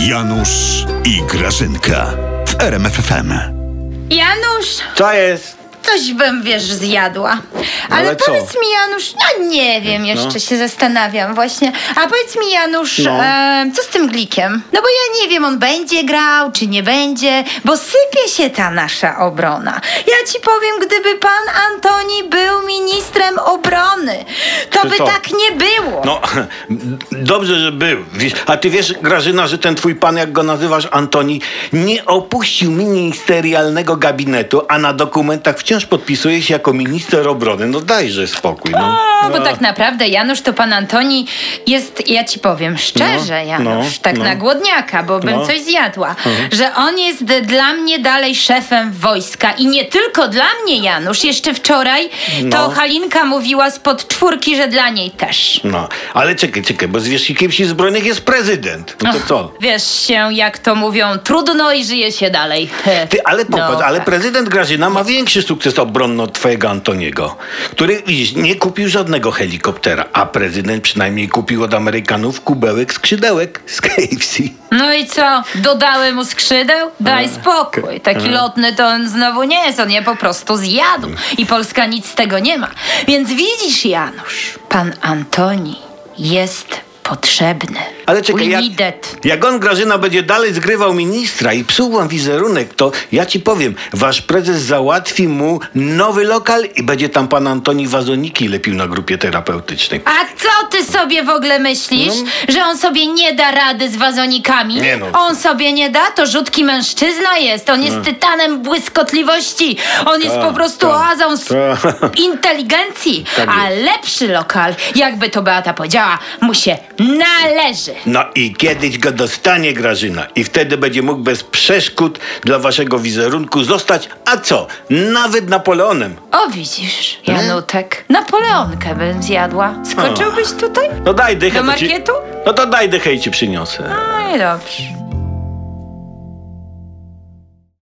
Janusz i Grażynka w RMF FM. Janusz, Co jest? coś bym, zjadła. Ale co? powiedz mi, Janusz, nie wiem, jeszcze się zastanawiam właśnie. A powiedz mi, Janusz, co z tym Glikiem? No bo ja nie wiem, on będzie grał, czy nie będzie, bo sypie się ta nasza obrona. Ja ci powiem, gdyby pan Antoni był ministrem obrony, to by co? tak nie było. No, dobrze, że był. A ty wiesz, Grażyna, że ten twój pan, jak go nazywasz, Antoni, nie opuścił ministerialnego gabinetu, a na dokumentach wciąż podpisuje się jako minister obrony. No dajże spokój, no. Bo tak naprawdę, Janusz, to pan Antoni jest, ja ci powiem szczerze, Janusz, na głodniaka, bo bym coś zjadła, że on jest dla mnie dalej szefem wojska i nie tylko dla mnie, Janusz, jeszcze wczoraj to Halinka mówiła spod czwórki, że dla niej też. No, ale czekaj, bo z wierzchnikiem sił zbrojnych jest prezydent. No to co? Wiesz się, jak to mówią, trudno i żyje się dalej. Ty, ale popatrz, ale tak. prezydent Grażyna ma większy sukces obronny od twojego Antoniego, który, widzisz, nie kupił żadnego helikoptera, a prezydent przynajmniej kupił od Amerykanów kubełek skrzydełek z KFC. No i co? Dodały mu skrzydeł? Daj spokój. Taki lotny to on znowu nie jest. On je po prostu zjadł. I Polska nic z tego nie ma. Więc widzisz, Janusz, pan Antoni jest potrzebny. Ale czekaj, We need it. jak on, Grażyna, będzie dalej zgrywał ministra i psuł wam wizerunek, to ja ci powiem, wasz prezes załatwi mu nowy lokal i będzie tam pan Antoni wazoniki lepił na grupie terapeutycznej. A co ty sobie w ogóle myślisz? Że on sobie nie da rady z wazonikami? Nie no. On sobie nie da? To rzutki mężczyzna jest. On jest tytanem błyskotliwości. On jest po prostu oazą inteligencji. Tak A lepszy lokal, jakby to Beata powiedziała, mu się należy. No i kiedyś go dostanie, Grażyna, i wtedy będzie mógł bez przeszkód dla waszego wizerunku zostać, a co, nawet Napoleonem. O, widzisz, Janutek, Napoleonkę bym zjadła. Skoczyłbyś tutaj? No daj dychę. Do to ci- marketu? No to daj dychę i ci przyniosę. No i dobrze.